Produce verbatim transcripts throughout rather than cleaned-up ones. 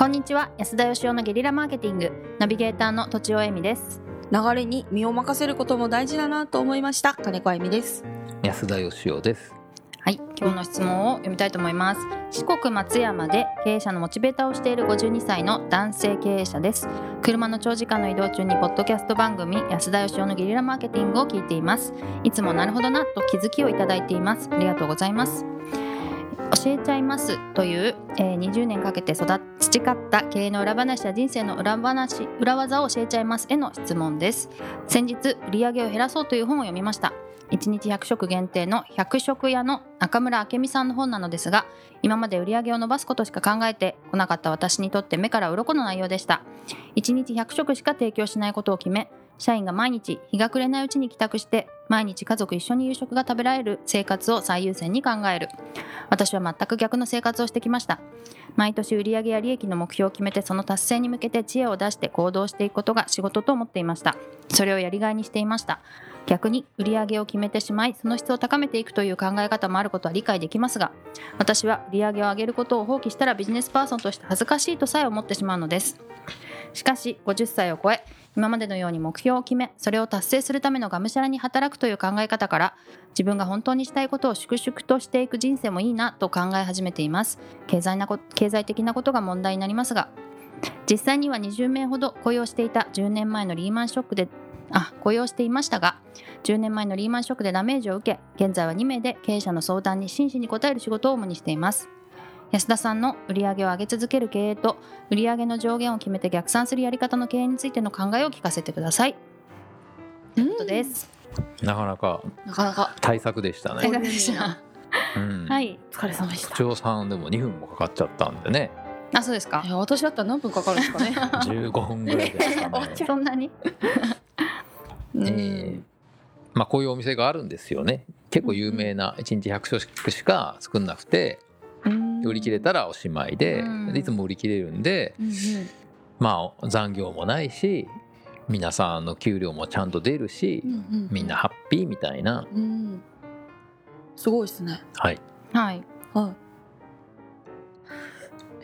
こんにちは。安田義雄のゲリラマーケティングナビゲーターのとちおえみです。 流れに身を任せることも大事だなと思いました。金子あゆみです。 安田義雄です。 はい、今日の質問を読みたいと思います。四国松山で経営者のモチベーターをしているごじゅうにさいの男性経営者です。車の長時間の移動中にポッドキャスト番組安田義雄のゲリラマーケティングを聞いています。いつもなるほどなと気づきをいただいています。ありがとうございます。教えちゃいますという、えー、にじゅうねんかけて育培った経営の裏話や人生の裏話裏技を教えちゃいますへの質問です。先日売上を減らそうという本を読みました。いちにちひゃくしょく限定のひゃくしょく屋の中村明美さんの本なのですが、今まで売上を伸ばすことしか考えてこなかった私にとって目から鱗の内容でした。いちにちひゃくしょくしか提供しないことを決め、社員が毎日日が暮れないうちに帰宅して毎日家族一緒に夕食が食べられる生活を最優先に考える。私は全く逆の生活をしてきました。毎年売上や利益の目標を決めて、その達成に向けて知恵を出して行動していくことが仕事と思っていました。それをやりがいにしていました。逆に売上を決めてしまい、その質を高めていくという考え方もあることは理解できますが、私は売上を上げることを放棄したらビジネスパーソンとして恥ずかしいとさえ思ってしまうのです。しかしごじゅっさいを超え、今までのように目標を決め、それを達成するためのがむしゃらに働くという考え方から、自分が本当にしたいことを粛々としていく人生もいいなと考え始めています。経済なこ経済的なことが問題になりますが、実際にはにじゅうめいほど雇用していたじゅうねんまえのリーマンショックであ雇用していましたが、じゅうねんまえのリーマンショックでダメージを受け、現在はにめいで経営者の相談に真摯に応える仕事を主にしています。安田さんの売上を上げ続ける経営と売上の上限を決めて逆算するやり方の経営についての考えを聞かせてください。ということです。 なかなかなかなか対策でしたね。 対策でした。うん、はい、 お疲れ様でした。 部長さんでもにふんもかかっちゃったんでね。 あ、そうですか。 いや、私だったら何分かかるんですかね。 じゅうごふんぐらいですかね。 そんなに、 えーまあ、こういうお店があるんですよね。結構有名ないちにちひゃくしょくしか作んなくて、売り切れたらおしまいで、いつも売り切れるんで、うんうん、まあ残業もないし、皆さんの給料もちゃんと出るし、うんうん、みんなハッピーみたいな、うん、 すごいですね。 はいはいはい、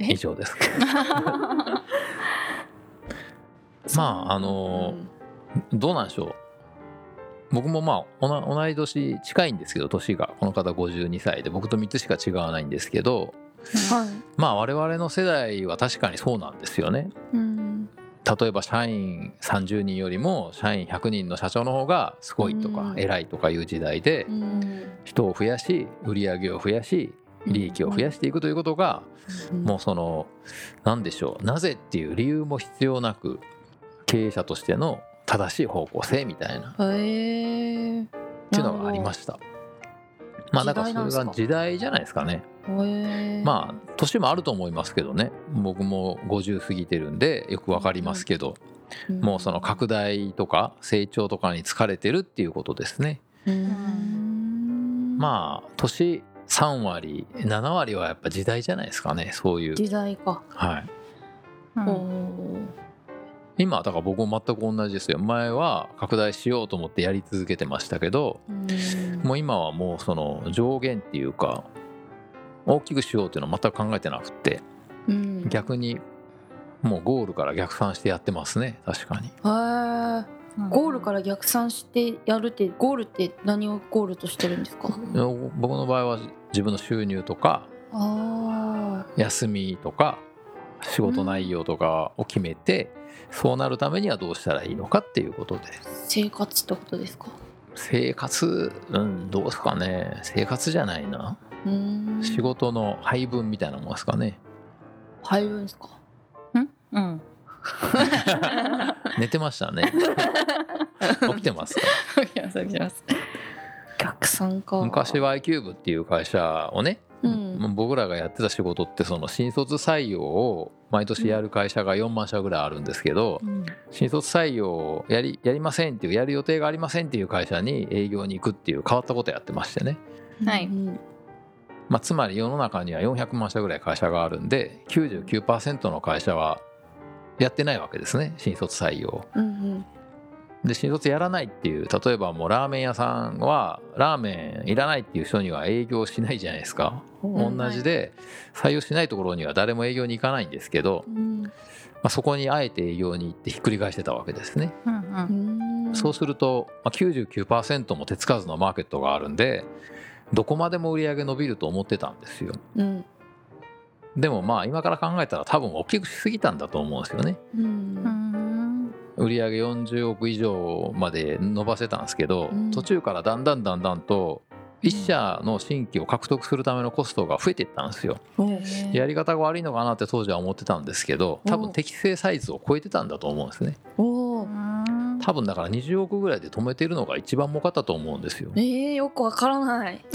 以上ですまああの、うん、どうなんでしょう。僕もまあ同い年近いんですけど、年がこの方ごじゅうにさいで僕とみっつしか違わないんですけど、はい、まあ我々の世代は確かにそうなんですよね。うん、例えば社員さんじゅうにんよりも社員ひゃくにんの社長の方がすごいとか偉いとかいう時代で、人を増やし売り上げを増やし利益を増やしていくということが、もうその何でしょう、なぜっていう理由も必要なく経営者としての正しい方向性みたいなっていうのがありました。まあだからそれが時代じゃないですかね。まあ年もあると思いますけどね。僕もごじゅう過ぎてるんでよくわかりますけど、うん、もうその拡大とか成長とかに疲れてるっていうことですね。うん、まあ年さんわりななわりはやっぱ時代じゃないですかね。そういう時代か。 はい、 うん、 今だから僕も全く同じですよ。前は拡大しようと思ってやり続けてましたけど、うもう今はもうその上限っていうか大きくしようっていうのは全く考えてなくて、逆にもうゴールから逆算してやってますね。確かに。 へー、ゴールから逆算してやるって、ゴールって何をゴールとしてるんですか？ 僕の場合は自分の収入とかあ休みとか仕事内容とかを決めて、うん、そうなるためにはどうしたらいいのかっていうことで。 生活ってことですか？ 生活、うん、どうですかね。生活じゃないな。うーん、仕事の配分みたいなもんですかね。 配分ですか？ ん？うん。 寝てましたね。起きてますか？ 起きてます、起きてます。 逆算か。 昔 ワイキューブっていう会社をね、うん、僕らがやってた仕事ってその新卒採用を毎年やる会社がよんまんしゃぐらいあるんですけど、うん、新卒採用をやり、やりませんっていう、やる予定がありませんっていう会社に営業に行くっていう変わったことやってましてね、 はい、 まあ、つまり世の中にはよんひゃくまんしゃぐらい会社があるんで きゅうじゅうきゅうパーセント の会社はやってないわけですね、新卒採用、うんうん、 で新卒やらないっていう、例えばもうラーメン屋さんはラーメンいらないっていう人には営業しないじゃないですか。同じで採用しないところには誰も営業に行かないんですけど、まあ、そこにあえて営業に行ってひっくり返してたわけですね。うんうん、そうすると、まあ、きゅうじゅうきゅうパーセントも手つかずのマーケットがあるんで、どこまでも売り上げ伸びると思ってたんですよ。うん、でもまあ今から考えたら多分大きくしすぎたんだと思うんですよね。うん、売り上げよんじゅうおく以上まで伸ばせたんですけど、うん、途中からだんだんだんだんと一社の新規を獲得するためのコストが増えていったんですよ。やり方が悪いのかなって当時は思ってたんですけど、多分適正サイズを超えてたんだと思うんですね。お多分だからにじゅうおくぐらいで止めてるのが一番儲かったと思うんですよ。 えー、よくわからない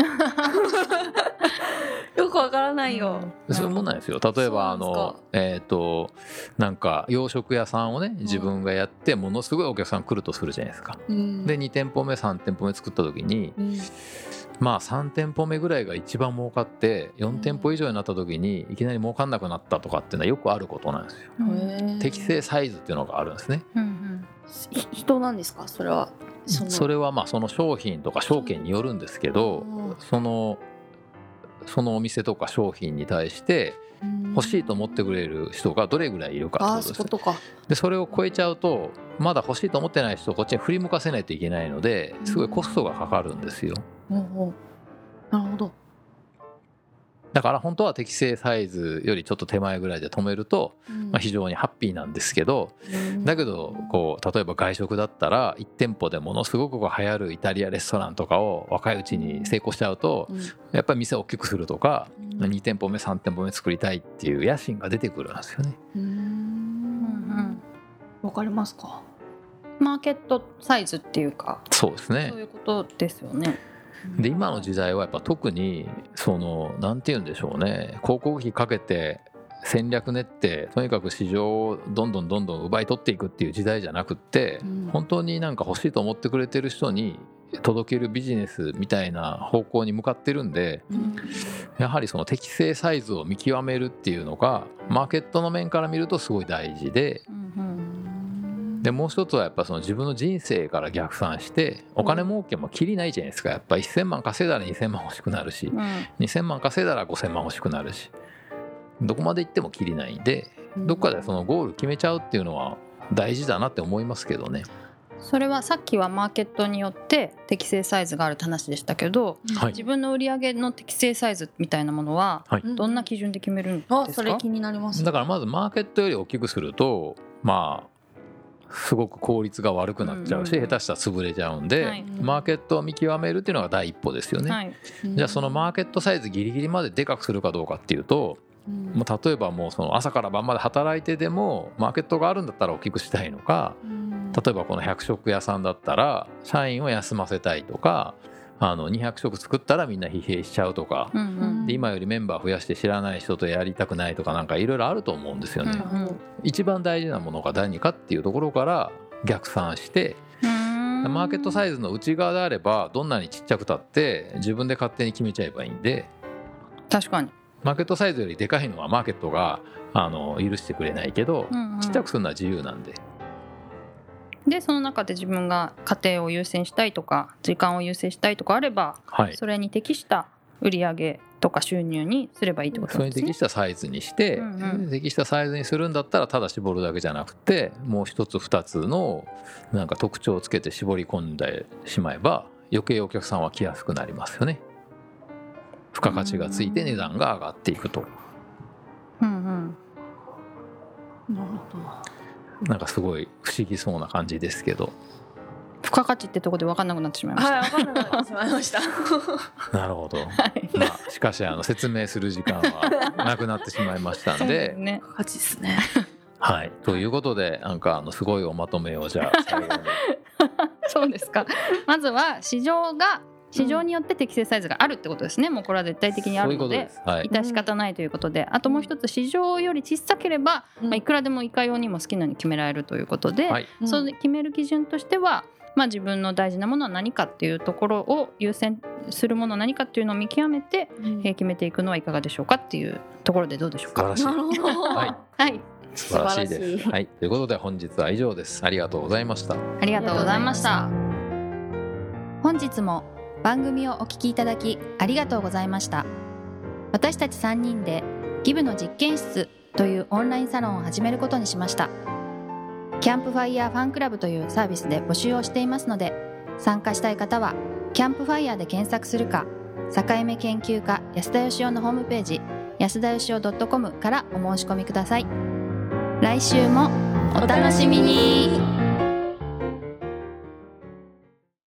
よくわからないよ、 うん、そういうもんなんですよ。例えばあのえっとなんか洋食屋さんをね自分がやってものすごいお客さん来るとするじゃないですか、うん、でに店舗目さん店舗目作った時に、うん、まあさん店舗目ぐらいが一番儲かってよん店舗以上になった時にいきなり儲かんなくなったとかっていうのはよくあることなんですよ。適正サイズっていうのがあるんですね、うんうん、 人なんですかそれは。 そ, それはまあその商品とか証券によるんですけど、そのそのお店とか商品に対して欲しいと思ってくれる人がどれぐらいいるかってことです。でそれを超えちゃうとまだ欲しいと思ってない人をこっちに振り向かせないといけないのですごいコストがかかるんですよ。 なるほど。 だから本当は適正サイズよりちょっと手前ぐらいで止めると、まあ、非常にハッピーなんですけど、だけどこう例えば外食だったらいち店舗でものすごくこう流行るイタリアレストランとかを若いうちに成功しちゃうと、やっぱり店を大きくするとかに店舗目さん店舗目作りたいっていう野心が出てくるんですよね。うーん、 わかりますか。 マーケットサイズっていうか、 そうですね、 そういうことですよね。 で今の時代はやっぱ特にそのなんて言うんでしょうね、広告費かけて戦略練ってとにかく市場をどんどんどんどん奪い取っていくっていう時代じゃなくって、本当になんか欲しいと思ってくれてる人に届けるビジネスみたいな方向に向かってるんで、やはりその適正サイズを見極めるっていうのがマーケットの面から見るとすごい大事で、でもう一つはやっぱその自分の人生から逆算してお金儲けもきりないじゃないですか。やっぱせんまん稼いだらにせんまん欲しくなるし、うん、にせんまん稼いだらごせんまん欲しくなるし、どこまで行ってもきりないんで、どっかでそのゴール決めちゃうっていうのは大事だなって思いますけどね。 それはさっきはマーケットによって適正サイズがあるって話でしたけど、はい、自分の売り上げの適正サイズみたいなものはどんな基準で決めるんですか？ あ、それ気になります。 だからまずマーケットより大きくするとまあすごく効率が悪くなっちゃうし、うんうん、下手したら潰れちゃうんで、はい、マーケットを見極めるっていうのが第一歩ですよね、はい、じゃあそのマーケットサイズギリギリまででかくするかどうかっていうと、うん、もう例えばもうその朝から晩まで働いてでもマーケットがあるんだったら大きくしたいのか、うん、例えばこの百食屋さんだったら社員を休ませたいとか、あのにひゃく食作ったらみんな疲弊しちゃうとか、うんうん、で今よりメンバー増やして知らない人とやりたくないとか、なんかいろいろあると思うんですよね、うんうん、一番大事なものが何かっていうところから逆算して、マーケットサイズの内側であればどんなにちっちゃくたって自分で勝手に決めちゃえばいいんで、 確かにマーケットサイズよりでかいのはマーケットがあの許してくれないけど、うんうん、ちっちゃくするのは自由なんで、 でその中で自分が家庭を優先したいとか時間を優先したいとかあれば、はい、それに適した売り上げとか収入にすればいいってことですね。 それに適したサイズにして、うんうん、適したサイズにするんだったらただ絞るだけじゃなくてもう一つ二つのなんか特徴をつけて絞り込んでしまえば余計お客さんは来やすくなりますよね。付加価値がついて値段が上がっていくと、うんうん、なるほど。なんかすごい不思議そうな感じですけど、 付加価値ってとこで分かんなくなってしまいました。 はい、分かんなくなってしまいましたなるほど、はい、まあ、しかしあの説明する時間はなくなってしまいましたんで、 そうね、付加価値ですねはい、ということでなんかあのすごいおまとめをじゃあ最後にそうですか。まずは市場が市場によって適正サイズがあるってことですね、うん、もうこれは絶対的にあるの で, で、はい、致し方ないということで、あともう一つ市場より小さければ、うんまあ、いくらでもいかようにも好きなように決められるということで、はい、それ決める基準としては、まあ、自分の大事なものは何かっていうところを優先するものは何かっていうのを見極めて、うんえー、決めていくのはいかがでしょうかっていうところでどうでしょうか。 素晴らしい、 なるほど、 はいはい、 素晴らしいです。はい、ということで本日は以上です。ありがとうございました。 ありがとうございました。本日も番組をお聞きいただきありがとうございました。私たちさんにんでギブの実験室というオンラインサロンを始めることにしました。キャンプファイヤーファンクラブというサービスで募集をしていますので、参加したい方はキャンプファイヤーで検索するか、境目研究家安田義雄のホームページ安田義雄 .com からお申し込みください。来週もお楽しみに。